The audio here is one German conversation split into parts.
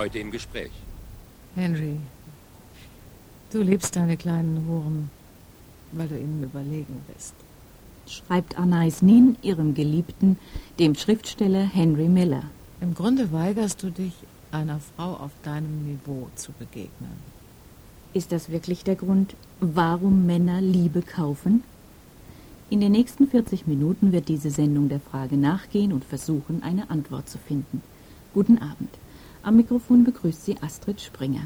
heute im Gespräch. Henry, du liebst deine kleinen Huren, weil du ihnen überlegen bist. Schreibt Anais Nin ihrem Geliebten, dem Schriftsteller Henry Miller. Im Grunde weigerst du dich, einer Frau auf deinem Niveau zu begegnen. Ist das wirklich der Grund, warum Männer Liebe kaufen? In den nächsten 40 Minuten wird diese Sendung der Frage nachgehen und versuchen, eine Antwort zu finden. Guten Abend. Am Mikrofon begrüßt Sie Astrid Springer.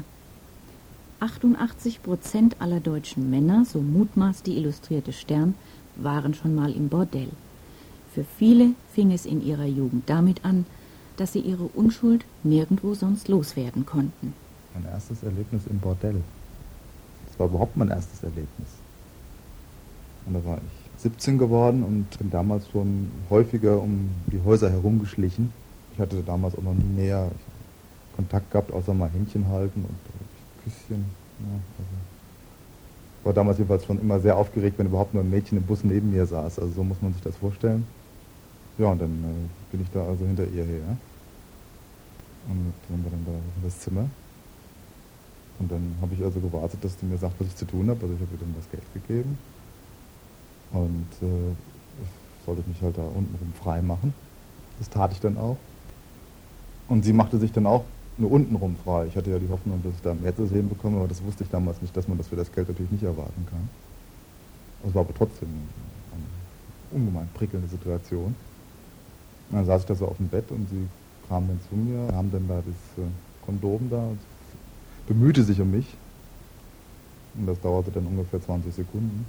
88% aller deutschen Männer, so mutmaßt die Illustrierte Stern, waren schon mal im Bordell. Für viele fing es in ihrer Jugend damit an, dass sie ihre Unschuld nirgendwo sonst loswerden konnten. Mein erstes Erlebnis im Bordell. Das war überhaupt mein erstes Erlebnis. Und da war ich 17 geworden und bin damals schon häufiger um die Häuser herumgeschlichen. Ich hatte damals auch noch nie näher Kontakt gehabt, außer mal Händchen halten und Küsschen. Ja, also war damals jedenfalls schon immer sehr aufgeregt, wenn überhaupt nur ein Mädchen im Bus neben mir saß. Also so muss man sich das vorstellen. Ja, und dann bin ich da also hinter ihr her. Und dann war dann da in das Zimmer. Und dann habe ich also gewartet, dass die mir sagt, was ich zu tun habe. Also ich habe ihr dann das Geld gegeben. Und ich sollte mich halt da untenrum frei machen. Das tat ich dann auch. Und sie machte sich dann auch nur untenrum frei. Ich hatte ja die Hoffnung, dass ich da mehr zu sehen bekomme, aber das wusste ich damals nicht, dass man das für das Geld natürlich nicht erwarten kann. Es war aber trotzdem eine ungemein prickelnde Situation. Und dann saß ich da so auf dem Bett und sie kam dann zu mir, nahm dann da das Kondom da und bemühte sich um mich. Und das dauerte dann ungefähr 20 Sekunden.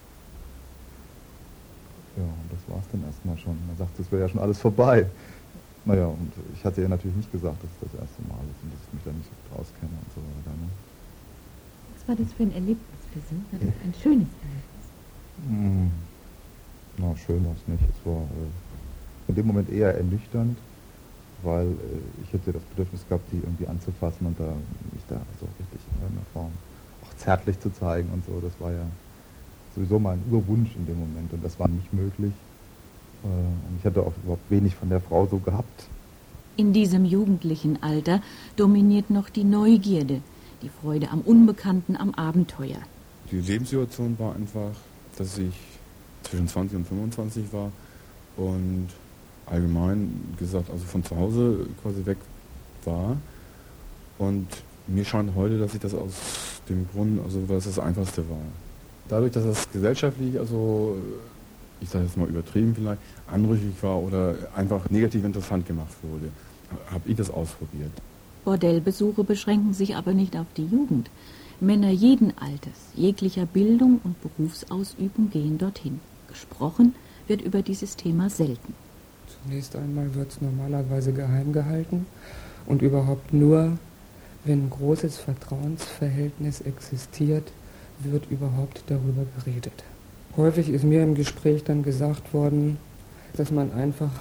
Ja, und das war es dann erstmal schon. Man sagte, es wäre ja schon alles vorbei. Naja, und ich hatte ihr natürlich nicht gesagt, dass es das erste Mal ist und dass ich mich da nicht so gut auskenne und so weiter. Ne? Was war das für ein Erlebnis für Sie? War das ein schönes Erlebnis? Na, schön war es nicht. Es war in dem Moment eher ernüchternd, weil ich hätte das Bedürfnis gehabt, die irgendwie anzufassen und da mich da so richtig in irgendeiner Form auch zärtlich zu zeigen und so. Das war ja sowieso mein Urwunsch in dem Moment und das war nicht möglich. Und ich hatte auch überhaupt wenig von der Frau so gehabt. In diesem jugendlichen Alter dominiert noch die Neugierde, die Freude am Unbekannten, am Abenteuer. Die Lebenssituation war einfach, dass ich zwischen 20 und 25 war und allgemein gesagt, also von zu Hause quasi weg war. Und mir scheint heute, dass ich das aus dem Grund, also dass das Einfachste war. Dadurch, dass das gesellschaftlich, also ich sage jetzt mal übertrieben vielleicht, anrüchig war oder einfach negativ interessant gemacht wurde, habe ich das ausprobiert. Bordellbesuche beschränken sich aber nicht auf die Jugend. Männer jeden Alters, jeglicher Bildung und Berufsausübung gehen dorthin. Gesprochen wird über dieses Thema selten. Zunächst einmal wird es normalerweise geheim gehalten und überhaupt nur, wenn ein großes Vertrauensverhältnis existiert, wird überhaupt darüber geredet. Häufig ist mir im Gespräch dann gesagt worden, dass man einfach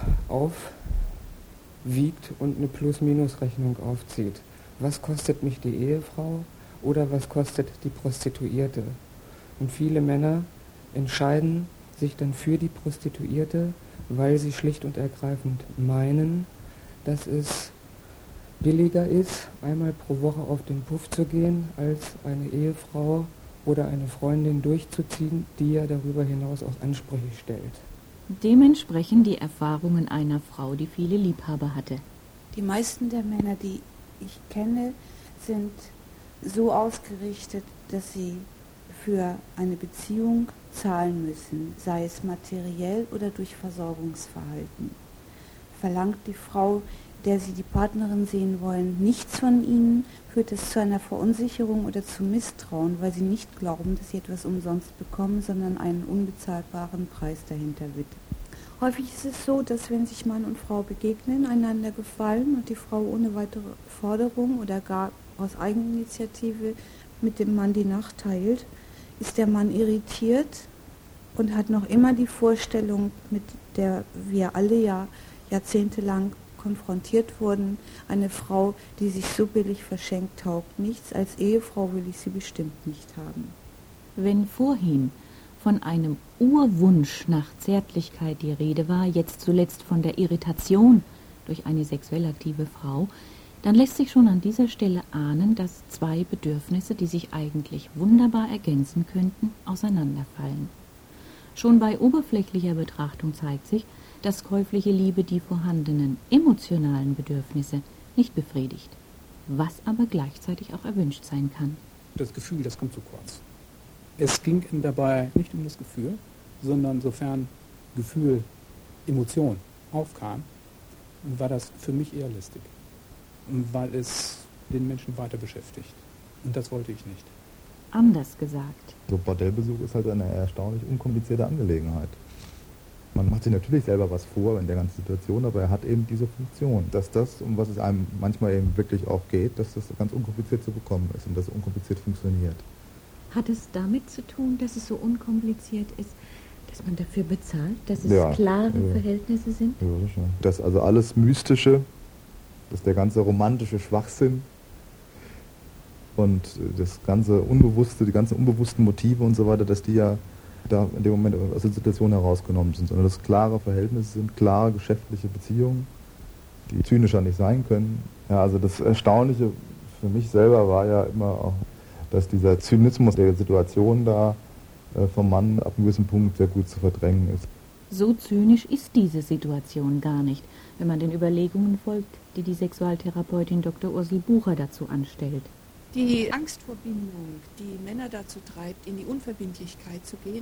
aufwiegt und eine Plus-Minus-Rechnung aufzieht. Was kostet mich die Ehefrau oder was kostet die Prostituierte? Und viele Männer entscheiden sich dann für die Prostituierte, weil sie schlicht und ergreifend meinen, dass es billiger ist, einmal pro Woche auf den Puff zu gehen, als eine Ehefrau oder eine Freundin durchzuziehen, die ja darüber hinaus auch Ansprüche stellt. Dementsprechend die Erfahrungen einer Frau, die viele Liebhaber hatte. Die meisten der Männer, die ich kenne, sind so ausgerichtet, dass sie für eine Beziehung zahlen müssen, sei es materiell oder durch Versorgungsverhalten. Verlangt die Frau, der sie die Partnerin sehen wollen, nichts von ihnen, führt es zu einer Verunsicherung oder zu Misstrauen, weil sie nicht glauben, dass sie etwas umsonst bekommen, sondern einen unbezahlbaren Preis dahinter wittern. Häufig ist es so, dass wenn sich Mann und Frau begegnen, einander gefallen und die Frau ohne weitere Forderung oder gar aus Eigeninitiative mit dem Mann die Nacht teilt, ist der Mann irritiert und hat noch immer die Vorstellung, mit der wir alle jahrzehntelang konfrontiert wurden, eine Frau, die sich so billig verschenkt, taugt nichts, als Ehefrau will ich sie bestimmt nicht haben. Wenn vorhin von einem Urwunsch nach Zärtlichkeit die Rede war, jetzt zuletzt von der Irritation durch eine sexuell aktive Frau, dann lässt sich schon an dieser Stelle ahnen, dass zwei Bedürfnisse, die sich eigentlich wunderbar ergänzen könnten, auseinanderfallen. Schon bei oberflächlicher Betrachtung zeigt sich, dass käufliche Liebe die vorhandenen emotionalen Bedürfnisse nicht befriedigt, was aber gleichzeitig auch erwünscht sein kann. Das Gefühl, das kommt zu kurz. Es ging ihm dabei nicht um das Gefühl, sondern sofern Gefühl, Emotion aufkam, war das für mich eher lästig, weil es den Menschen weiter beschäftigt. Und das wollte ich nicht. Anders gesagt. So Bordellbesuch ist halt eine erstaunlich unkomplizierte Angelegenheit. Man macht sich natürlich selber was vor in der ganzen Situation, aber er hat eben diese Funktion, dass das, um was es einem manchmal eben wirklich auch geht, dass das ganz unkompliziert zu bekommen ist und dass es unkompliziert funktioniert. Hat es damit zu tun, dass es so unkompliziert ist, dass man dafür bezahlt, dass es klare Verhältnisse sind? Ja, sicher. Dass also alles Mystische, dass der ganze romantische Schwachsinn und das ganze Unbewusste, die ganzen unbewussten Motive und so weiter, dass die ja da in dem Moment aus der Situation herausgenommen sind, sondern dass klare Verhältnisse sind, klare geschäftliche Beziehungen, die zynischer nicht sein können. Ja, also das Erstaunliche für mich selber war ja immer auch, dass dieser Zynismus der Situation da vom Mann ab einem gewissen Punkt sehr gut zu verdrängen ist. So zynisch ist diese Situation gar nicht, wenn man den Überlegungen folgt, die die Sexualtherapeutin Dr. Ursel Bucher dazu anstellt. Die Angst vor Bindung, die Männer dazu treibt, in die Unverbindlichkeit zu gehen,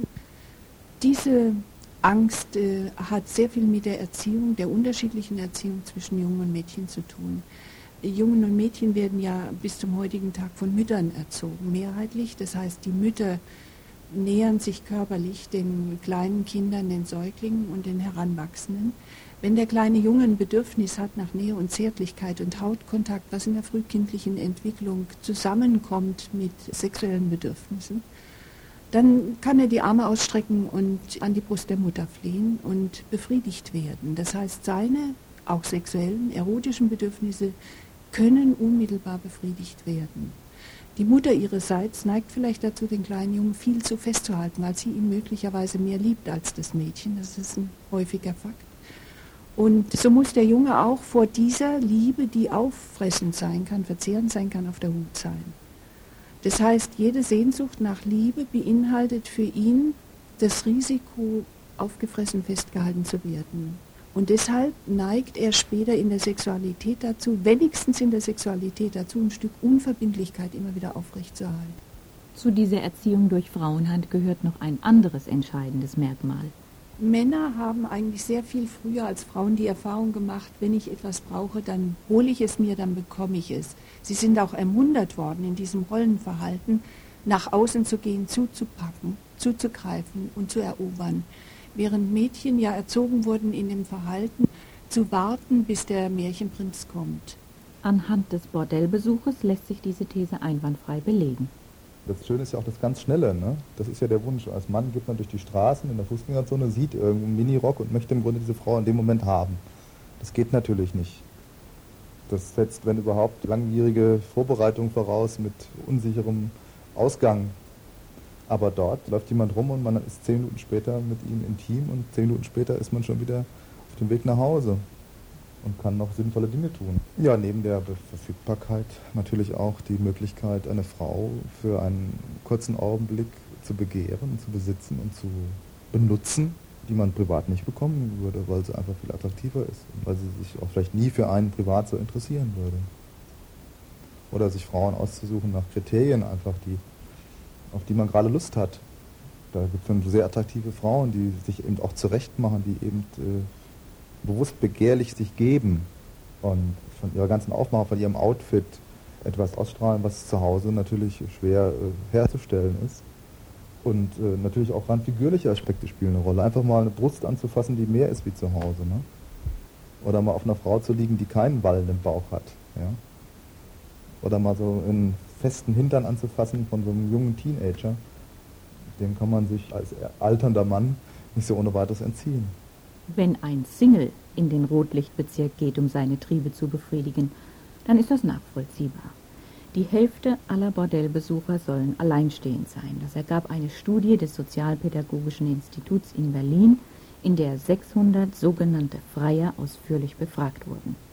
diese Angst hat sehr viel mit der Erziehung, der unterschiedlichen Erziehung zwischen Jungen und Mädchen zu tun. Jungen und Mädchen werden ja bis zum heutigen Tag von Müttern erzogen, mehrheitlich. Das heißt, die Mütter nähern sich körperlich den kleinen Kindern, den Säuglingen und den Heranwachsenden. Wenn der kleine Junge ein Bedürfnis hat nach Nähe und Zärtlichkeit und Hautkontakt, was in der frühkindlichen Entwicklung zusammenkommt mit sexuellen Bedürfnissen, dann kann er die Arme ausstrecken und an die Brust der Mutter fliehen und befriedigt werden. Das heißt, seine auch sexuellen, erotischen Bedürfnisse können unmittelbar befriedigt werden. Die Mutter ihrerseits neigt vielleicht dazu, den kleinen Jungen viel zu festzuhalten, weil sie ihn möglicherweise mehr liebt als das Mädchen. Das ist ein häufiger Fakt. Und so muss der Junge auch vor dieser Liebe, die auffressend sein kann, verzehrend sein kann, auf der Hut sein. Das heißt, jede Sehnsucht nach Liebe beinhaltet für ihn das Risiko, aufgefressen festgehalten zu werden. Und deshalb neigt er später in der Sexualität dazu, wenigstens in der Sexualität dazu, ein Stück Unverbindlichkeit immer wieder aufrechtzuerhalten. Zu dieser Erziehung durch Frauenhand gehört noch ein anderes entscheidendes Merkmal. Männer haben eigentlich sehr viel früher als Frauen die Erfahrung gemacht, wenn ich etwas brauche, dann hole ich es mir, dann bekomme ich es. Sie sind auch ermuntert worden, in diesem Rollenverhalten nach außen zu gehen, zuzupacken, zuzugreifen und zu erobern. Während Mädchen ja erzogen wurden in dem Verhalten, zu warten, bis der Märchenprinz kommt. Anhand des Bordellbesuches lässt sich diese These einwandfrei belegen. Das Schöne ist ja auch das ganz Schnelle, ne? Das ist ja der Wunsch. Als Mann geht man durch die Straßen in der Fußgängerzone, sieht irgendeinen Minirock und möchte im Grunde diese Frau in dem Moment haben. Das geht natürlich nicht. Das setzt, wenn überhaupt, langwierige Vorbereitung voraus mit unsicherem Ausgang. Aber dort läuft jemand rum und man ist 10 Minuten später mit ihm intim und 10 Minuten später ist man schon wieder auf dem Weg nach Hause und kann noch sinnvolle Dinge tun. Ja, neben der Verfügbarkeit natürlich auch die Möglichkeit, eine Frau für einen kurzen Augenblick zu begehren, zu besitzen und zu benutzen, die man privat nicht bekommen würde, weil sie einfach viel attraktiver ist und weil sie sich auch vielleicht nie für einen privat so interessieren würde. Oder sich Frauen auszusuchen nach Kriterien einfach, auf die man gerade Lust hat. Da gibt es schon sehr attraktive Frauen, die sich eben auch zurechtmachen, die eben bewusst begehrlich sich geben und von ihrer ganzen Aufmachung, von ihrem Outfit etwas ausstrahlen, was zu Hause natürlich schwer herzustellen ist. Und natürlich auch rein figürliche Aspekte spielen eine Rolle. Einfach mal eine Brust anzufassen, die mehr ist wie zu Hause. Ne? Oder mal auf einer Frau zu liegen, die keinen wallenden Bauch hat. Ja? Oder mal so einen festen Hintern anzufassen von so einem jungen Teenager. Dem kann man sich als alternder Mann nicht so ohne weiteres entziehen. Wenn ein Single in den Rotlichtbezirk geht, um seine Triebe zu befriedigen, dann ist das nachvollziehbar. Die Hälfte aller Bordellbesucher sollen alleinstehend sein. Das ergab eine Studie des Sozialpädagogischen Instituts in Berlin, in der 600 sogenannte Freier ausführlich befragt wurden.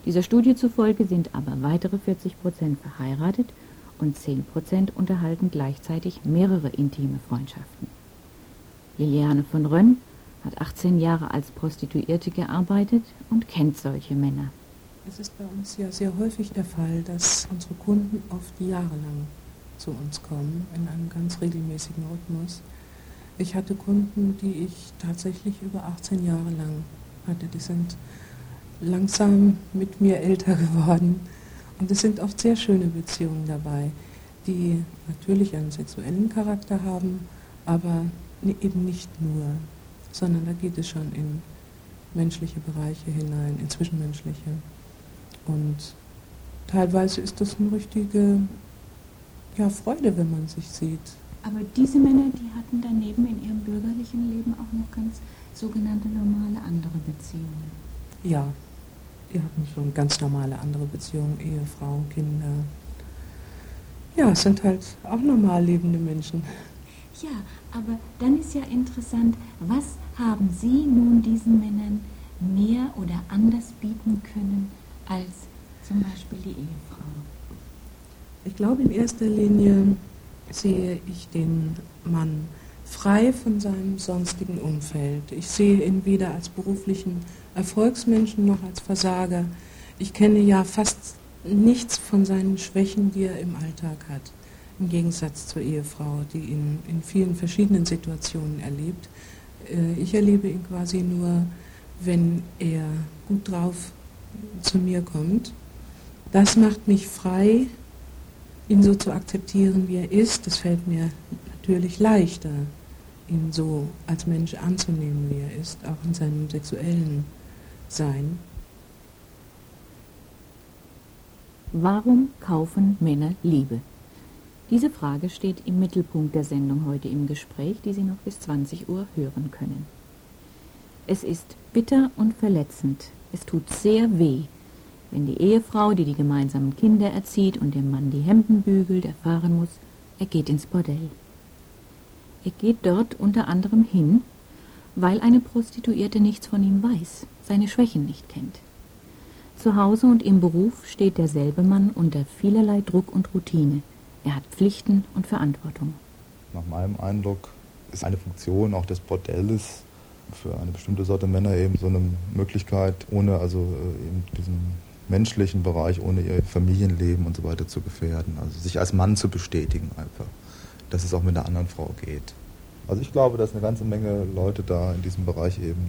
Dieser Studie zufolge sind aber weitere 40% verheiratet und 10% unterhalten gleichzeitig mehrere intime Freundschaften. Liliane von Rönn hat 18 Jahre als Prostituierte gearbeitet und kennt solche Männer. Es ist bei uns ja sehr häufig der Fall, dass unsere Kunden oft jahrelang zu uns kommen, in einem ganz regelmäßigen Rhythmus. Ich hatte Kunden, die ich tatsächlich über 18 Jahre lang hatte. Die sind langsam mit mir älter geworden. Und es sind oft sehr schöne Beziehungen dabei, die natürlich einen sexuellen Charakter haben, aber eben nicht nur, sondern da geht es schon in menschliche Bereiche hinein, in zwischenmenschliche. Und teilweise ist das eine richtige Freude, wenn man sich sieht. Aber diese Männer, die hatten daneben in ihrem bürgerlichen Leben auch noch ganz sogenannte normale andere Beziehungen. Ja, die hatten schon ganz normale andere Beziehungen, Ehefrau, Kinder. Ja, es sind halt auch normal lebende Menschen. Ja, aber dann ist ja interessant, was haben Sie nun diesen Männern mehr oder anders bieten können als zum Beispiel die Ehefrau? Ich glaube, in erster Linie sehe ich den Mann frei von seinem sonstigen Umfeld. Ich sehe ihn weder als beruflichen Erfolgsmenschen noch als Versager. Ich kenne ja fast nichts von seinen Schwächen, die er im Alltag hat, im Gegensatz zur Ehefrau, die ihn in vielen verschiedenen Situationen erlebt. Ich erlebe ihn quasi nur, wenn er gut drauf zu mir kommt. Das macht mich frei, ihn so zu akzeptieren, wie er ist. Das fällt mir natürlich leichter, ihn so als Mensch anzunehmen, wie er ist, auch in seinem sexuellen Sein. Warum kaufen Männer Liebe? Diese Frage steht im Mittelpunkt der Sendung heute im Gespräch, die Sie noch bis 20 Uhr hören können. Es ist bitter und verletzend. Es tut sehr weh, wenn die Ehefrau, die die gemeinsamen Kinder erzieht und dem Mann die Hemden bügelt, erfahren muss, er geht ins Bordell. Er geht dort unter anderem hin, weil eine Prostituierte nichts von ihm weiß, seine Schwächen nicht kennt. Zu Hause und im Beruf steht derselbe Mann unter vielerlei Druck und Routine. Er hat Pflichten und Verantwortung. Nach meinem Eindruck ist eine Funktion auch des Bordells für eine bestimmte Sorte Männer eben so eine Möglichkeit, ohne eben diesen menschlichen Bereich, ohne ihr Familienleben und so weiter zu gefährden. Also sich als Mann zu bestätigen einfach, dass es auch mit einer anderen Frau geht. Also ich glaube, dass eine ganze Menge Leute da in diesem Bereich eben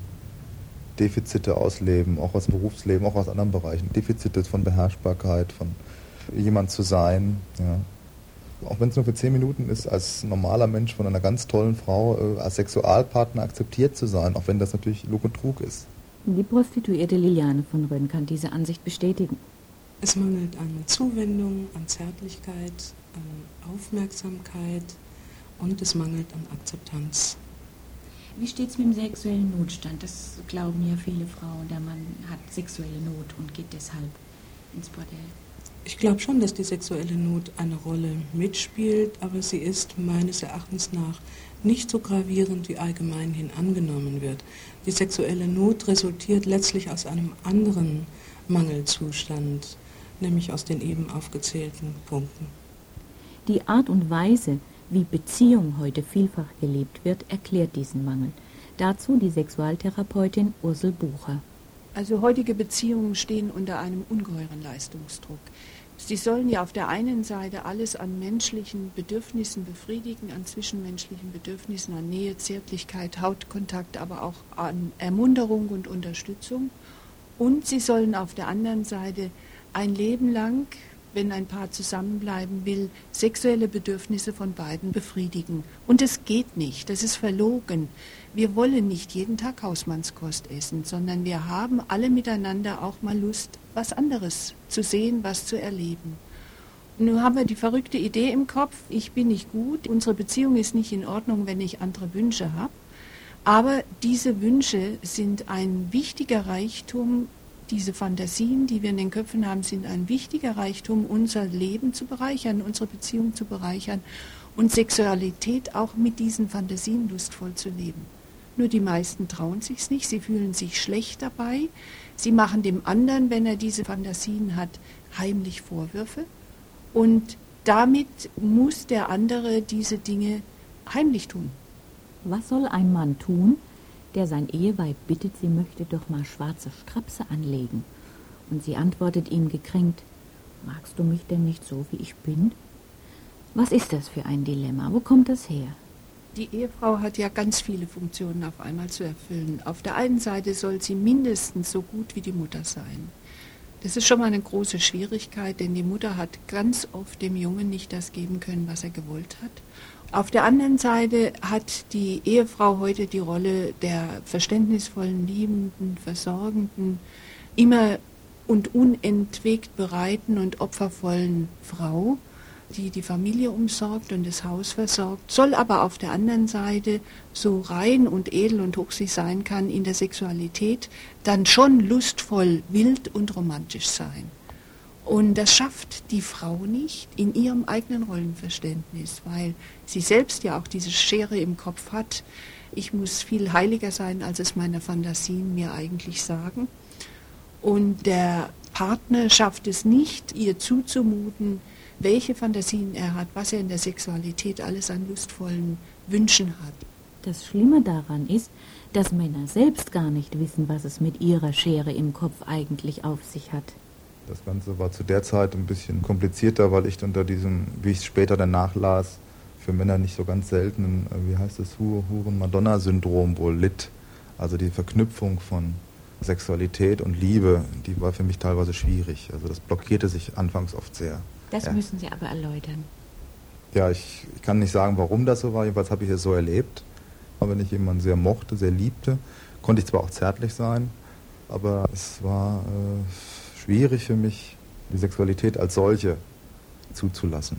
Defizite ausleben, auch aus dem Berufsleben, auch aus anderen Bereichen. Defizite von Beherrschbarkeit, von jemand zu sein. Ja. Auch wenn es nur für 10 Minuten ist, als normaler Mensch von einer ganz tollen Frau als Sexualpartner akzeptiert zu sein, auch wenn das natürlich Lug und Trug ist. Die Prostituierte Liliane von Rönn kann diese Ansicht bestätigen. Es mangelt an Zuwendung, an Zärtlichkeit, an Aufmerksamkeit und es mangelt an Akzeptanz. Wie steht es mit dem sexuellen Notstand? Das glauben ja viele Frauen. Der Mann hat sexuelle Not und geht deshalb ins Bordell. Ich glaube schon, dass die sexuelle Not eine Rolle mitspielt, aber sie ist meines Erachtens nach nicht so gravierend, wie allgemeinhin angenommen wird. Die sexuelle Not resultiert letztlich aus einem anderen Mangelzustand, nämlich aus den eben aufgezählten Punkten. Die Art und Weise, wie Beziehung heute vielfach gelebt wird, erklärt diesen Mangel. Dazu die Sexualtherapeutin Ursel Bucher. Also heutige Beziehungen stehen unter einem ungeheuren Leistungsdruck. Sie sollen ja auf der einen Seite alles an menschlichen Bedürfnissen befriedigen, an zwischenmenschlichen Bedürfnissen, an Nähe, Zärtlichkeit, Hautkontakt, aber auch an Ermunterung und Unterstützung. Und sie sollen auf der anderen Seite ein Leben lang, wenn ein Paar zusammenbleiben will, sexuelle Bedürfnisse von beiden befriedigen. Und es geht nicht, das ist verlogen. Wir wollen nicht jeden Tag Hausmannskost essen, sondern wir haben alle miteinander auch mal Lust, was anderes zu sehen, was zu erleben. Nun haben wir die verrückte Idee im Kopf, ich bin nicht gut, unsere Beziehung ist nicht in Ordnung, wenn ich andere Wünsche habe. Aber diese Wünsche sind ein wichtiger Reichtum. Diese Fantasien, die wir in den Köpfen haben, sind ein wichtiger Reichtum, unser Leben zu bereichern, unsere Beziehung zu bereichern und Sexualität auch mit diesen Fantasien lustvoll zu leben. nur die meisten trauen sich's nicht, sie fühlen sich schlecht dabei. Sie machen dem anderen, wenn er diese Fantasien hat, heimlich Vorwürfe. Und damit muss der andere diese Dinge heimlich tun. Was soll ein Mann tun, der sein Eheweib bittet, sie möchte doch mal schwarze Strapse anlegen? Und sie antwortet ihm gekränkt, magst du mich denn nicht so, wie ich bin? Was ist das für ein Dilemma? Wo kommt das her? Die Ehefrau hat ja ganz viele Funktionen auf einmal zu erfüllen. Auf der einen Seite soll sie mindestens so gut wie die Mutter sein. Das ist schon mal eine große Schwierigkeit, denn die Mutter hat ganz oft dem Jungen nicht das geben können, was er gewollt hat. Auf der anderen Seite hat die Ehefrau heute die Rolle der verständnisvollen, liebenden, versorgenden, immer und unentwegt bereiten und opfervollen Frau, die die Familie umsorgt und das Haus versorgt, soll aber auf der anderen Seite, so rein und edel und hoch sie sein kann, in der Sexualität dann schon lustvoll, wild und romantisch sein. Und das schafft die Frau nicht in ihrem eigenen Rollenverständnis, weil sie selbst ja auch diese Schere im Kopf hat. Ich muss viel heiliger sein, als es meine Fantasien mir eigentlich sagen. Und der Partner schafft es nicht, ihr zuzumuten, welche Fantasien er hat, was er in der Sexualität alles an lustvollen Wünschen hat. Das Schlimme daran ist, dass Männer selbst gar nicht wissen, was es mit ihrer Schere im Kopf eigentlich auf sich hat. Das Ganze war zu der Zeit ein bisschen komplizierter, weil ich unter diesem, wie ich es später dann nachlas, für Männer nicht so ganz seltenen, wie heißt das, Huren-Madonna-Syndrom wohl litt. Also die Verknüpfung von Sexualität und Liebe, die war für mich teilweise schwierig. Also das blockierte sich anfangs oft sehr. Das müssen Sie aber erläutern. Ja, ich kann nicht sagen, warum das so war. Jedenfalls habe ich es so erlebt. Aber wenn ich jemanden sehr mochte, sehr liebte, konnte ich zwar auch zärtlich sein, aber es war schwierig für mich, die Sexualität als solche zuzulassen.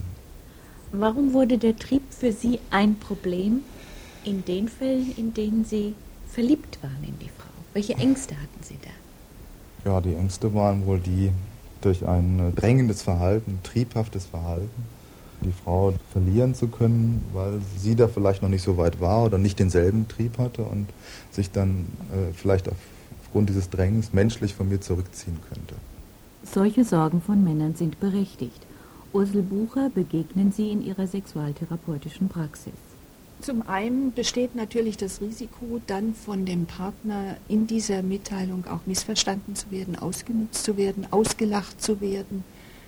Warum wurde der Trieb für Sie ein Problem in den Fällen, in denen Sie verliebt waren in die Frau? Welche Ängste hatten Sie da? Ja, die Ängste waren wohl die, durch ein drängendes Verhalten, triebhaftes Verhalten, die Frau verlieren zu können, weil sie da vielleicht noch nicht so weit war oder nicht denselben Trieb hatte und sich dann vielleicht aufgrund dieses Drängens menschlich von mir zurückziehen könnte. Solche Sorgen von Männern sind berechtigt. Ursel Bucher begegnen Sie in Ihrer sexualtherapeutischen Praxis. Zum einen besteht natürlich das Risiko, dann von dem Partner in dieser Mitteilung auch missverstanden zu werden, ausgenutzt zu werden, ausgelacht zu werden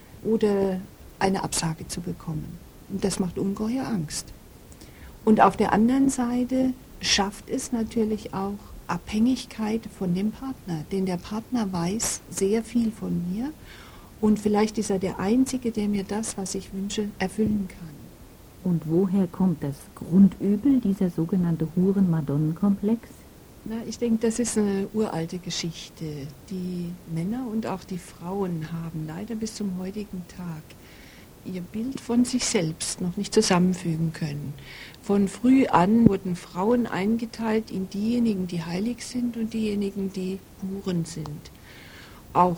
oder eine Absage zu bekommen. Und das macht ungeheuer Angst. Und auf der anderen Seite schafft es natürlich auch Abhängigkeit von dem Partner, denn der Partner weiß sehr viel von mir und vielleicht ist er der Einzige, der mir das, was ich wünsche, erfüllen kann. Und woher kommt das Grundübel, dieser sogenannte Huren-Madonnen-Komplex? Na, ich denke, das ist eine uralte Geschichte. Die Männer und auch die Frauen haben leider bis zum heutigen Tag ihr Bild von sich selbst noch nicht zusammenfügen können. Von früh an wurden Frauen eingeteilt in diejenigen, die heilig sind und diejenigen, die Huren sind. Auch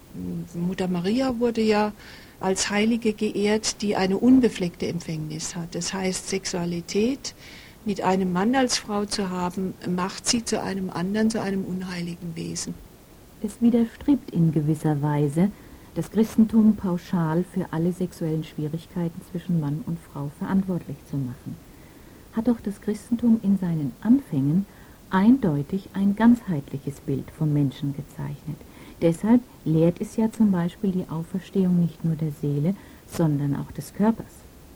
Mutter Maria wurde ja als Heilige geehrt, die eine unbefleckte Empfängnis hat. Das heißt, Sexualität mit einem Mann als Frau zu haben, macht sie zu einem anderen, zu einem unheiligen Wesen. Es widerstrebt in gewisser Weise, das Christentum pauschal für alle sexuellen Schwierigkeiten zwischen Mann und Frau verantwortlich zu machen. Hat doch das Christentum in seinen Anfängen eindeutig ein ganzheitliches Bild vom Menschen gezeichnet. Deshalb lehrt es ja zum Beispiel die Auferstehung nicht nur der Seele, sondern auch des Körpers.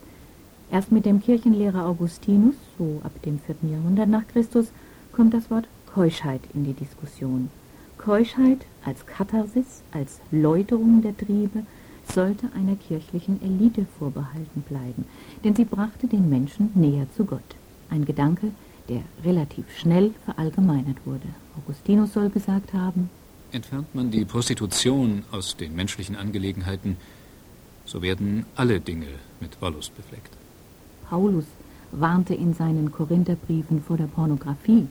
Erst mit dem Kirchenlehrer Augustinus, so ab dem 4. Jahrhundert nach Christus, kommt das Wort Keuschheit in die Diskussion. Keuschheit als Katharsis, als Läuterung der Triebe, sollte einer kirchlichen Elite vorbehalten bleiben, denn sie brachte den Menschen näher zu Gott. Ein Gedanke, der relativ schnell verallgemeinert wurde. Augustinus soll gesagt haben: Entfernt man die Prostitution aus den menschlichen Angelegenheiten, so werden alle Dinge mit Wollust befleckt. Paulus warnte in seinen Korintherbriefen vor der Pornografie.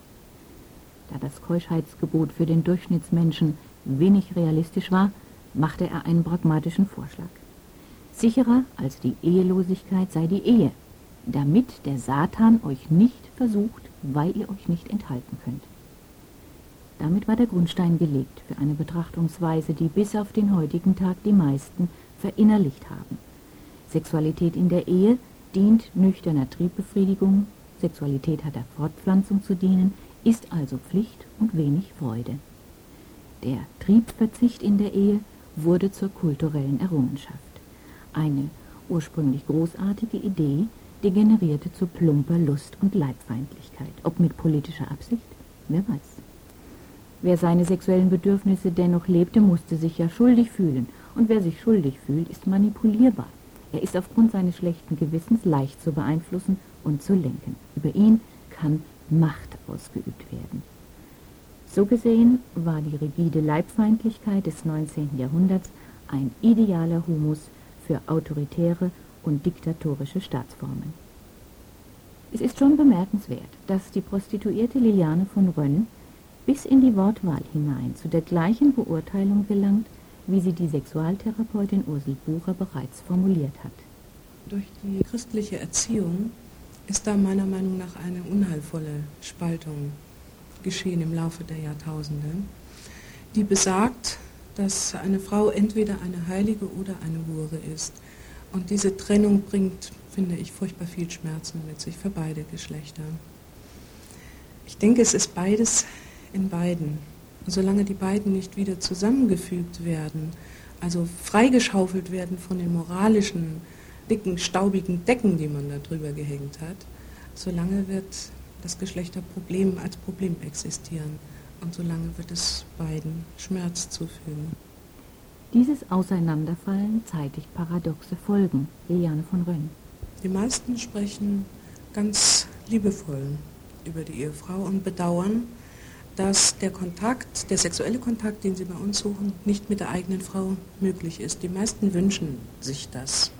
Da das Keuschheitsgebot für den Durchschnittsmenschen wenig realistisch war, machte er einen pragmatischen Vorschlag. Sicherer als die Ehelosigkeit sei die Ehe. damit der Satan euch nicht versucht, weil ihr euch nicht enthalten könnt. Damit war der Grundstein gelegt für eine Betrachtungsweise, die bis auf den heutigen Tag die meisten verinnerlicht haben. Sexualität in der Ehe dient nüchterner Triebbefriedigung, Sexualität hat der Fortpflanzung zu dienen, ist also Pflicht und wenig Freude. Der Triebverzicht in der Ehe wurde zur kulturellen Errungenschaft. Eine ursprünglich großartige Idee degenerierte zu plumper Lust und Leibfeindlichkeit. Ob mit politischer Absicht? Wer weiß. Wer seine sexuellen Bedürfnisse dennoch lebte, musste sich ja schuldig fühlen. Und wer sich schuldig fühlt, ist manipulierbar. Er ist aufgrund seines schlechten Gewissens leicht zu beeinflussen und zu lenken. Über ihn kann Macht ausgeübt werden. So gesehen war die rigide Leibfeindlichkeit des 19. Jahrhunderts ein idealer Humus für autoritäre und diktatorische Staatsformen. Es ist schon bemerkenswert, dass die Prostituierte Liliane von Rönn bis in die Wortwahl hinein zu der gleichen Beurteilung gelangt, wie sie die Sexualtherapeutin Ursel Bucher bereits formuliert hat. Durch die christliche Erziehung ist da meiner Meinung nach eine unheilvolle Spaltung geschehen im Laufe der Jahrtausende, die besagt, dass eine Frau entweder eine Heilige oder eine Hure ist. Und diese Trennung bringt, finde ich, furchtbar viel Schmerzen mit sich für beide Geschlechter. Ich denke, es ist beides in beiden. Und solange die beiden nicht wieder zusammengefügt werden, also freigeschaufelt werden von den moralischen, dicken, staubigen Decken, die man da drüber gehängt hat, solange wird das Geschlechterproblem als Problem existieren. Und solange wird es beiden Schmerz zufügen. Dieses Auseinanderfallen zeitigt paradoxe Folgen. Liliane von Rönn. Die meisten sprechen ganz liebevoll über die Ehefrau und bedauern, dass der Kontakt, der sexuelle Kontakt, den sie bei uns suchen, nicht mit der eigenen Frau möglich ist. Die meisten wünschen sich das.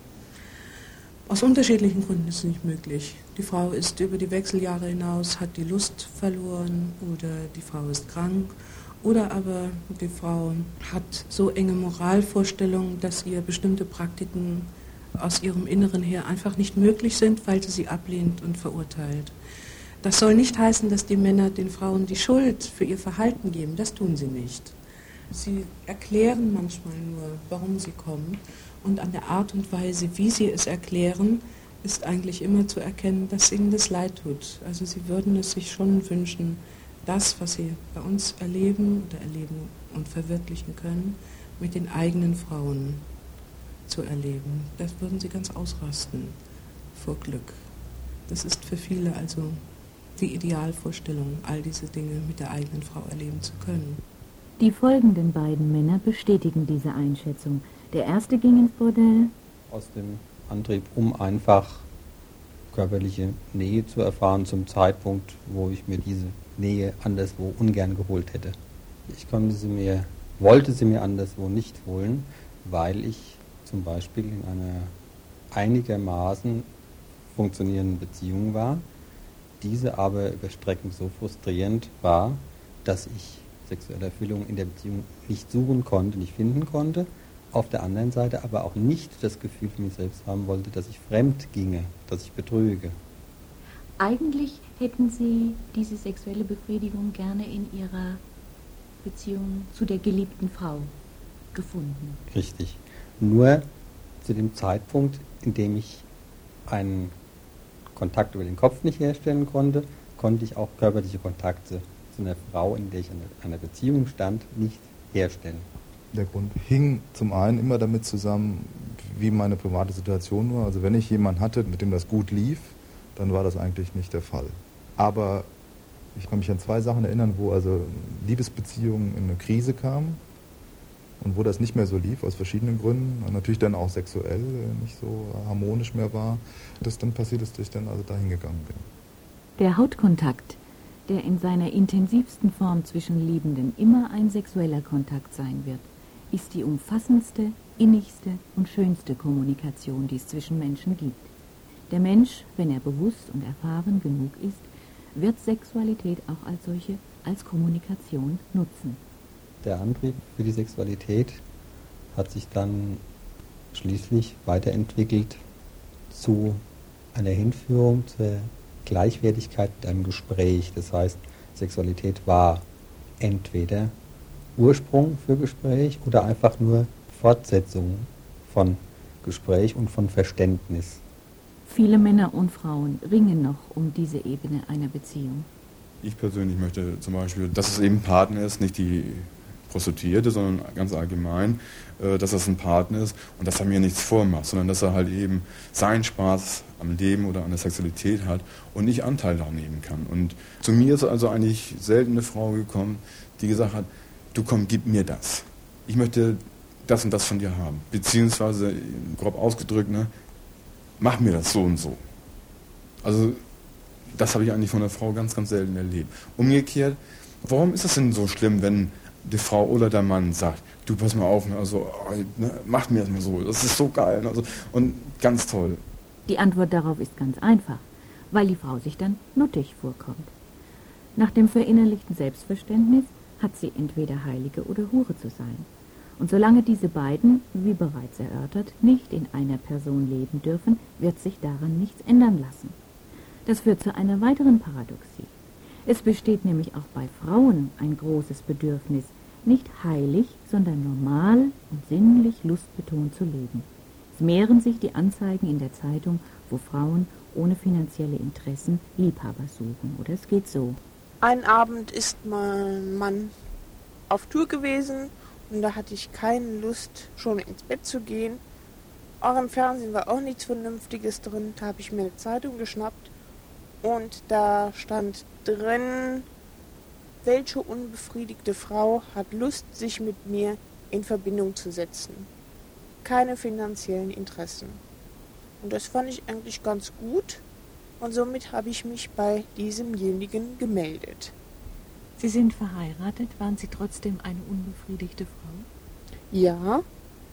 Aus unterschiedlichen Gründen ist es nicht möglich. Die Frau ist über die Wechseljahre hinaus, hat die Lust verloren oder die Frau ist krank oder aber die Frau hat so enge Moralvorstellungen, dass ihr bestimmte Praktiken aus ihrem Inneren her einfach nicht möglich sind, weil sie ablehnt und verurteilt. Das soll nicht heißen, dass die Männer den Frauen die Schuld für ihr Verhalten geben. Das tun sie nicht. Sie erklären manchmal nur, warum sie kommen. Und an der Art und Weise, wie sie es erklären, ist eigentlich immer zu erkennen, dass ihnen das leid tut. Also sie würden es sich schon wünschen, das, was sie bei uns erleben und verwirklichen können, mit den eigenen Frauen zu erleben. Das würden sie ganz ausrasten vor Glück. Das ist für viele also die Idealvorstellung, all diese Dinge mit der eigenen Frau erleben zu können. Die folgenden beiden Männer bestätigen diese Einschätzung. Der erste ging ins Bordell aus dem Antrieb, um einfach körperliche Nähe zu erfahren zum Zeitpunkt, wo ich mir diese Nähe anderswo ungern geholt hätte. Ich wollte sie mir anderswo nicht holen, weil ich zum Beispiel in einer einigermaßen funktionierenden Beziehung war, diese aber über Strecken so frustrierend war, dass ich sexuelle Erfüllung in der Beziehung nicht suchen konnte, nicht finden konnte, auf der anderen Seite aber auch nicht das Gefühl für mich selbst haben wollte, dass ich fremd ginge, dass ich betrüge. Eigentlich hätten Sie diese sexuelle Befriedigung gerne in Ihrer Beziehung zu der geliebten Frau gefunden. Richtig. Nur zu dem Zeitpunkt, in dem ich einen Kontakt über den Kopf nicht herstellen konnte, konnte ich auch körperliche Kontakte zu einer Frau, in der ich in einer Beziehung stand, nicht herstellen. Der Grund hing zum einen immer damit zusammen, wie meine private Situation war. Also wenn ich jemanden hatte, mit dem das gut lief, dann war das eigentlich nicht der Fall. Aber ich kann mich an 2 Sachen erinnern, wo also Liebesbeziehungen in eine Krise kamen und wo das nicht mehr so lief, aus verschiedenen Gründen. Und natürlich dann auch sexuell nicht so harmonisch mehr war. Das dann passiert ist, dass ich dann also dahin gegangen bin. Der Hautkontakt, der in seiner intensivsten Form zwischen Liebenden immer ein sexueller Kontakt sein wird, ist die umfassendste, innigste und schönste Kommunikation, die es zwischen Menschen gibt. Der Mensch, wenn er bewusst und erfahren genug ist, wird Sexualität auch als solche, als Kommunikation nutzen. Der Antrieb für die Sexualität hat sich dann schließlich weiterentwickelt zu eine Hinführung zur Gleichwertigkeit mit einem Gespräch. Das heißt, Sexualität war entweder Ursprung für Gespräch oder einfach nur Fortsetzung von Gespräch und von Verständnis. Viele Männer und Frauen ringen noch um diese Ebene einer Beziehung. Ich persönlich möchte zum Beispiel, dass es eben Partner ist, nicht die Prostituierte, sondern ganz allgemein, dass das ein Partner ist und dass er mir nichts vormacht, sondern dass er halt eben seinen Spaß am Leben oder an der Sexualität hat und ich Anteil daran nehmen kann. Und zu mir ist also eigentlich selten eine Frau gekommen, die gesagt hat, du komm, gib mir das. Ich möchte das und das von dir haben. Beziehungsweise, grob ausgedrückt, ne, mach mir das so und so. Also das habe ich eigentlich von der Frau ganz, ganz selten erlebt. Umgekehrt, warum ist das denn so schlimm, wenn die Frau oder der Mann sagt, du pass mal auf, also, ne, mach mir das mal so, das ist so geil. Also, und ganz toll. Die Antwort darauf ist ganz einfach, weil die Frau sich dann nuttig vorkommt. Nach dem verinnerlichten Selbstverständnis hat sie entweder Heilige oder Hure zu sein. Und solange diese beiden, wie bereits erörtert, nicht in einer Person leben dürfen, wird sich daran nichts ändern lassen. Das führt zu einer weiteren Paradoxie. Es besteht nämlich auch bei Frauen ein großes Bedürfnis, nicht heilig, sondern normal und sinnlich lustbetont zu leben. Es mehren sich die Anzeigen in der Zeitung, wo Frauen ohne finanzielle Interessen Liebhaber suchen. Oder es geht so. Einen Abend ist mein Mann auf Tour gewesen und da hatte ich keine Lust, schon ins Bett zu gehen. Auch im Fernsehen war auch nichts Vernünftiges drin. Da habe ich mir eine Zeitung geschnappt und da stand drin, welche unbefriedigte Frau hat Lust, sich mit mir in Verbindung zu setzen. Keine finanziellen Interessen. Und das fand ich eigentlich ganz gut und somit habe ich mich bei diesemjenigen gemeldet. Sie sind verheiratet, waren Sie trotzdem eine unbefriedigte Frau? Ja,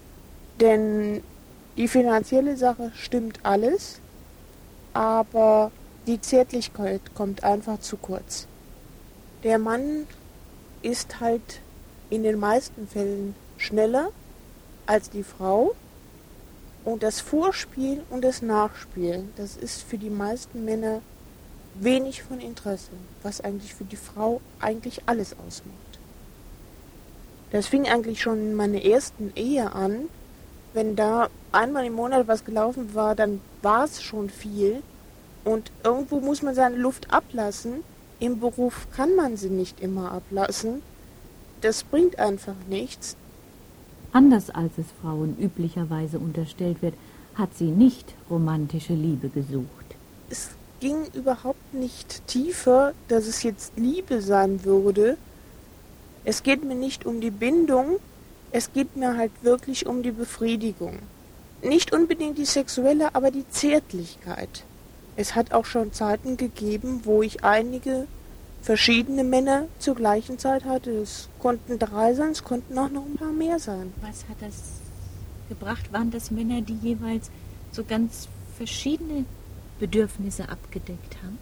denn die finanzielle Sache stimmt alles, aber die Zärtlichkeit kommt einfach zu kurz. Der Mann ist halt in den meisten Fällen schneller als die Frau und das Vorspiel und das Nachspiel, das ist für die meisten Männer wenig von Interesse, was eigentlich für die Frau eigentlich alles ausmacht. Das fing eigentlich schon in meiner ersten Ehe an. Wenn da einmal im Monat was gelaufen war, dann war es schon viel. Und irgendwo muss man seine Luft ablassen. Im Beruf kann man sie nicht immer ablassen. Das bringt einfach nichts. Anders als es Frauen üblicherweise unterstellt wird, hat sie nicht romantische Liebe gesucht. Es ging überhaupt nicht tiefer, dass es jetzt Liebe sein würde. Es geht mir nicht um die Bindung, es geht mir halt wirklich um die Befriedigung. Nicht unbedingt die sexuelle, aber die Zärtlichkeit. Es hat auch schon Zeiten gegeben, wo ich einige verschiedene Männer zur gleichen Zeit hatte. Es konnten 3 sein, es konnten auch noch ein paar mehr sein. Was hat das gebracht? Waren das Männer, die jeweils so ganz verschiedene Bedürfnisse abgedeckt haben?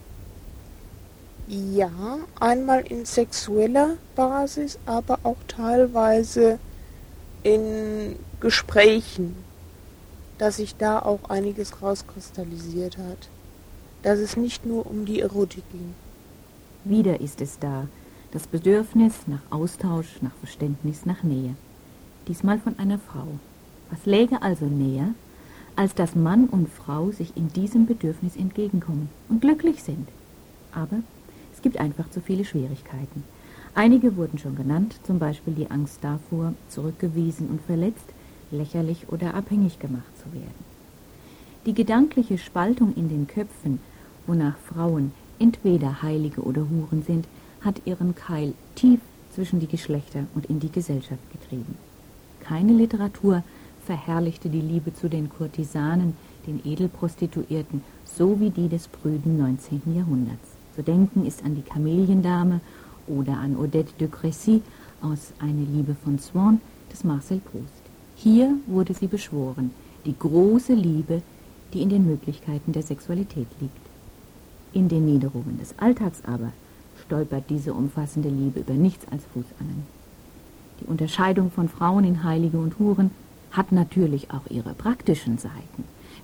Ja, einmal in sexueller Basis, aber auch teilweise in Gesprächen, dass sich da auch einiges rauskristallisiert hat. Dass es nicht nur um die Erotik ging. Wieder ist es da, das Bedürfnis nach Austausch, nach Verständnis, nach Nähe. Diesmal von einer Frau. Was läge also näher, als dass Mann und Frau sich in diesem Bedürfnis entgegenkommen und glücklich sind? Aber es gibt einfach zu viele Schwierigkeiten. Einige wurden schon genannt, zum Beispiel die Angst davor, zurückgewiesen und verletzt, lächerlich oder abhängig gemacht zu werden. Die gedankliche Spaltung in den Köpfen, wonach Frauen entweder Heilige oder Huren sind, hat ihren Keil tief zwischen die Geschlechter und in die Gesellschaft getrieben. Keine Literatur verherrlichte die Liebe zu den Kurtisanen, den Edelprostituierten, so wie die des prüden 19. Jahrhunderts. Zu denken ist an die Kameliendame oder an Odette de Crécy aus Eine Liebe von Swann des Marcel Proust. Hier wurde sie beschworen, die große Liebe, die in den Möglichkeiten der Sexualität liegt. In den Niederungen des Alltags aber stolpert diese umfassende Liebe über nichts als Fußangeln. Die Unterscheidung von Frauen in Heilige und Huren hat natürlich auch ihre praktischen Seiten.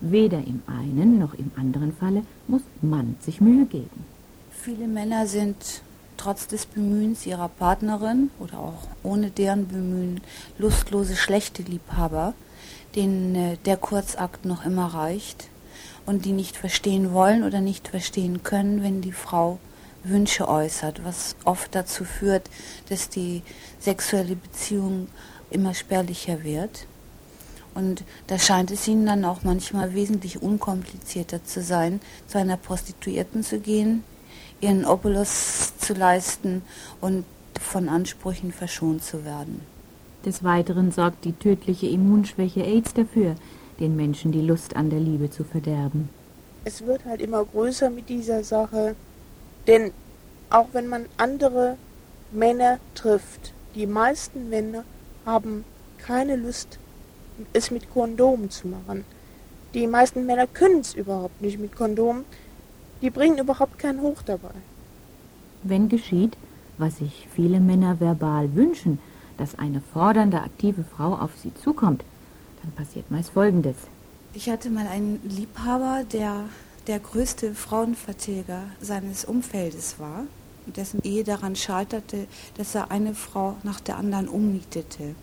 Weder im einen noch im anderen Falle muss Mann sich Mühe geben. Viele Männer sind trotz des Bemühens ihrer Partnerin oder auch ohne deren Bemühen lustlose, schlechte Liebhaber, denen der Kurzakt noch immer reicht und die nicht verstehen wollen oder nicht verstehen können, wenn die Frau Wünsche äußert, was oft dazu führt, dass die sexuelle Beziehung immer spärlicher wird. Und da scheint es ihnen dann auch manchmal wesentlich unkomplizierter zu sein, zu einer Prostituierten zu gehen, ihren Obolus zu leisten und von Ansprüchen verschont zu werden. Des Weiteren sorgt die tödliche Immunschwäche AIDS dafür, den Menschen die Lust an der Liebe zu verderben. Es wird halt immer größer mit dieser Sache, denn auch wenn man andere Männer trifft, die meisten Männer haben keine Lust, es mit Kondomen zu machen. Die meisten Männer können es überhaupt nicht mit Kondomen. Die bringen überhaupt keinen Hoch dabei. Wenn geschieht, was sich viele Männer verbal wünschen, dass eine fordernde, aktive Frau auf sie zukommt, dann passiert meist Folgendes. Ich hatte mal einen Liebhaber, der größte Frauenvertilger seines Umfeldes war und dessen Ehe daran scheiterte, dass er eine Frau nach der anderen umnietete.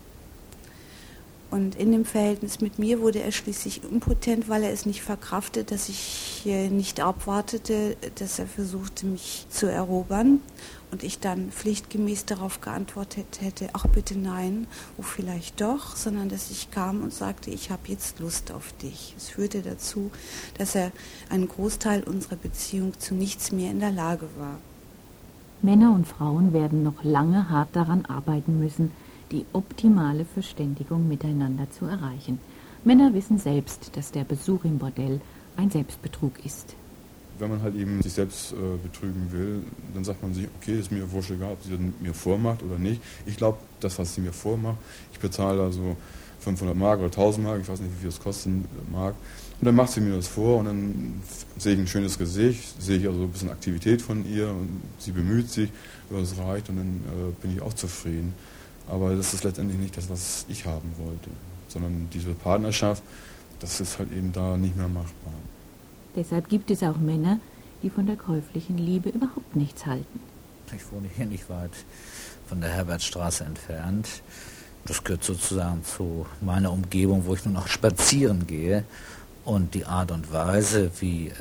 Und in dem Verhältnis mit mir wurde er schließlich impotent, weil er es nicht verkraftet, dass ich nicht abwartete, dass er versuchte, mich zu erobern. Und ich dann pflichtgemäß darauf geantwortet hätte, ach bitte nein, oh vielleicht doch, sondern dass ich kam und sagte, ich habe jetzt Lust auf dich. Es führte dazu, dass er einen Großteil unserer Beziehung zu nichts mehr in der Lage war. Männer und Frauen werden noch lange hart daran arbeiten müssen, die optimale Verständigung miteinander zu erreichen. Männer wissen selbst, dass der Besuch im Bordell ein Selbstbetrug ist. Wenn man halt eben sich selbst betrügen will, dann sagt man sich, okay, ist mir wurscht egal, ob sie das mit mir vormacht oder nicht. Ich glaube, das, was sie mir vormacht, ich bezahle also 500 Mark oder 1000 Mark, ich weiß nicht, wie viel es kosten mag. Und dann macht sie mir das vor und dann sehe ich ein schönes Gesicht, sehe ich also ein bisschen Aktivität von ihr und sie bemüht sich, das reicht und dann bin ich auch zufrieden. Aber das ist letztendlich nicht das, was ich haben wollte, sondern diese Partnerschaft, das ist halt eben da nicht mehr machbar. Deshalb gibt es auch Männer, die von der käuflichen Liebe überhaupt nichts halten. Ich wohne hier nicht weit von der Herbertstraße entfernt. Das gehört sozusagen zu meiner Umgebung, wo ich nur noch spazieren gehe. Und die Art und Weise, wie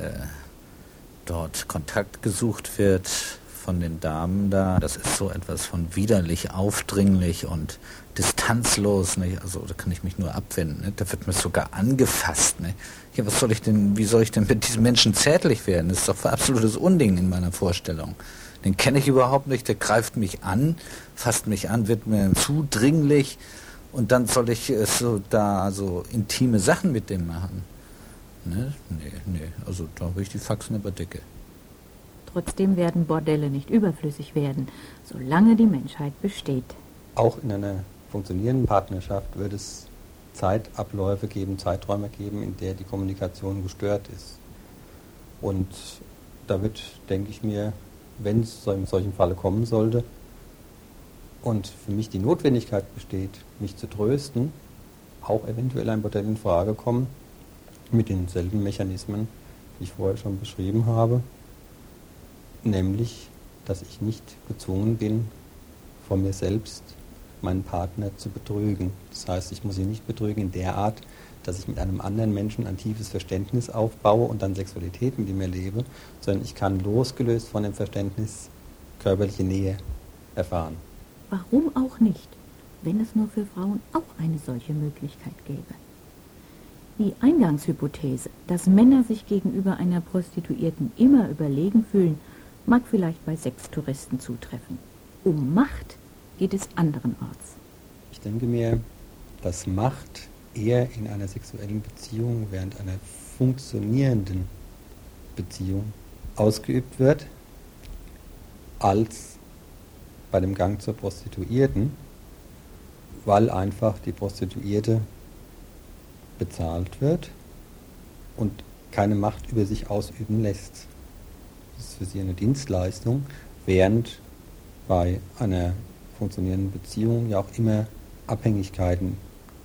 dort Kontakt gesucht wird von den Damen da, das ist so etwas von widerlich, aufdringlich und distanzlos, nicht? Also da kann ich mich nur abwenden. Nicht? Da wird mir sogar angefasst. Nicht? Ja, wie soll ich denn mit diesen Menschen zärtlich werden? Das ist doch ein absolutes Unding in meiner Vorstellung. Den kenne ich überhaupt nicht, der greift mich an, fasst mich an, wird mir zudringlich und dann soll ich so intime Sachen mit dem machen. Ne? Nee, also da habe ich die Faxen aber dicke. Trotzdem werden Bordelle nicht überflüssig werden, solange die Menschheit besteht. Auch in einer funktionierenden Partnerschaft wird es Zeitabläufe geben, Zeiträume geben, in der die Kommunikation gestört ist. Und da wird, denke ich mir, wenn es in solchen Falle kommen sollte und für mich die Notwendigkeit besteht, mich zu trösten, auch eventuell ein Bordell in Frage kommen, mit denselben Mechanismen, die ich vorher schon beschrieben habe, nämlich, dass ich nicht gezwungen bin, von mir selbst meinen Partner zu betrügen. Das heißt, ich muss ihn nicht betrügen in der Art, dass ich mit einem anderen Menschen ein tiefes Verständnis aufbaue und dann Sexualität mit ihm erlebe, sondern ich kann losgelöst von dem Verständnis körperliche Nähe erfahren. Warum auch nicht, wenn es nur für Frauen auch eine solche Möglichkeit gäbe? Die Eingangshypothese, dass Männer sich gegenüber einer Prostituierten immer überlegen fühlen, mag vielleicht bei Sextouristen zutreffen. Um Macht geht es anderenorts. Ich denke mir, dass Macht eher in einer sexuellen Beziehung während einer funktionierenden Beziehung ausgeübt wird, als bei dem Gang zur Prostituierten, weil einfach die Prostituierte bezahlt wird und keine Macht über sich ausüben lässt. Das ist für sie eine Dienstleistung, während bei einer funktionierenden Beziehung ja auch immer Abhängigkeiten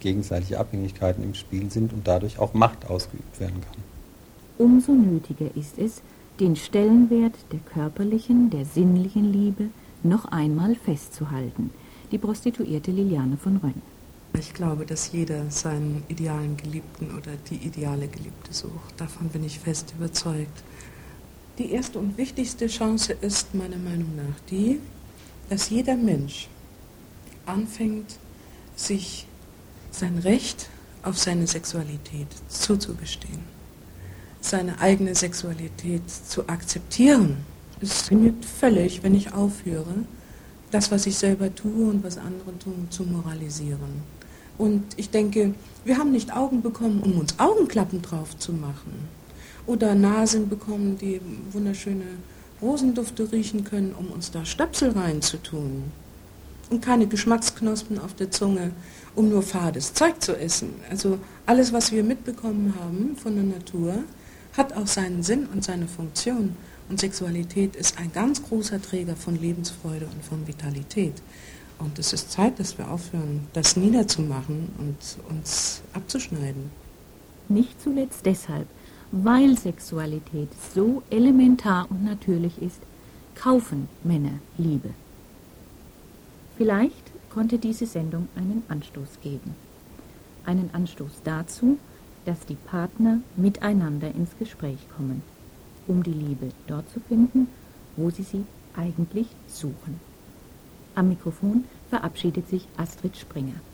gegenseitige Abhängigkeiten im Spiel sind und dadurch auch Macht ausgeübt werden kann. Umso nötiger ist es, den Stellenwert der körperlichen, der sinnlichen Liebe noch einmal festzuhalten. Die Prostituierte Liliane von Rönn. Ich glaube, dass jeder seinen idealen Geliebten oder die ideale Geliebte sucht. Davon bin ich fest überzeugt. Die erste und wichtigste Chance ist meiner Meinung nach die, dass jeder Mensch anfängt, sich sein Recht auf seine Sexualität zuzugestehen, seine eigene Sexualität zu akzeptieren. Es genügt völlig, wenn ich aufhöre, das, was ich selber tue und was andere tun, zu moralisieren. Und ich denke, wir haben nicht Augen bekommen, um uns Augenklappen drauf zu machen. Oder Nasen bekommen, die wunderschöne Rosendufte riechen können, um uns da Stöpsel reinzutun. Und keine Geschmacksknospen auf der Zunge, um nur fades Zeug zu essen. Also alles, was wir mitbekommen haben von der Natur, hat auch seinen Sinn und seine Funktion. Und Sexualität ist ein ganz großer Träger von Lebensfreude und von Vitalität. Und es ist Zeit, dass wir aufhören, das niederzumachen und uns abzuschneiden. Nicht zuletzt deshalb, weil Sexualität so elementar und natürlich ist, kaufen Männer Liebe. Vielleicht konnte diese Sendung einen Anstoß geben. Einen Anstoß dazu, dass die Partner miteinander ins Gespräch kommen, um die Liebe dort zu finden, wo sie eigentlich suchen. Am Mikrofon verabschiedet sich Astrid Springer.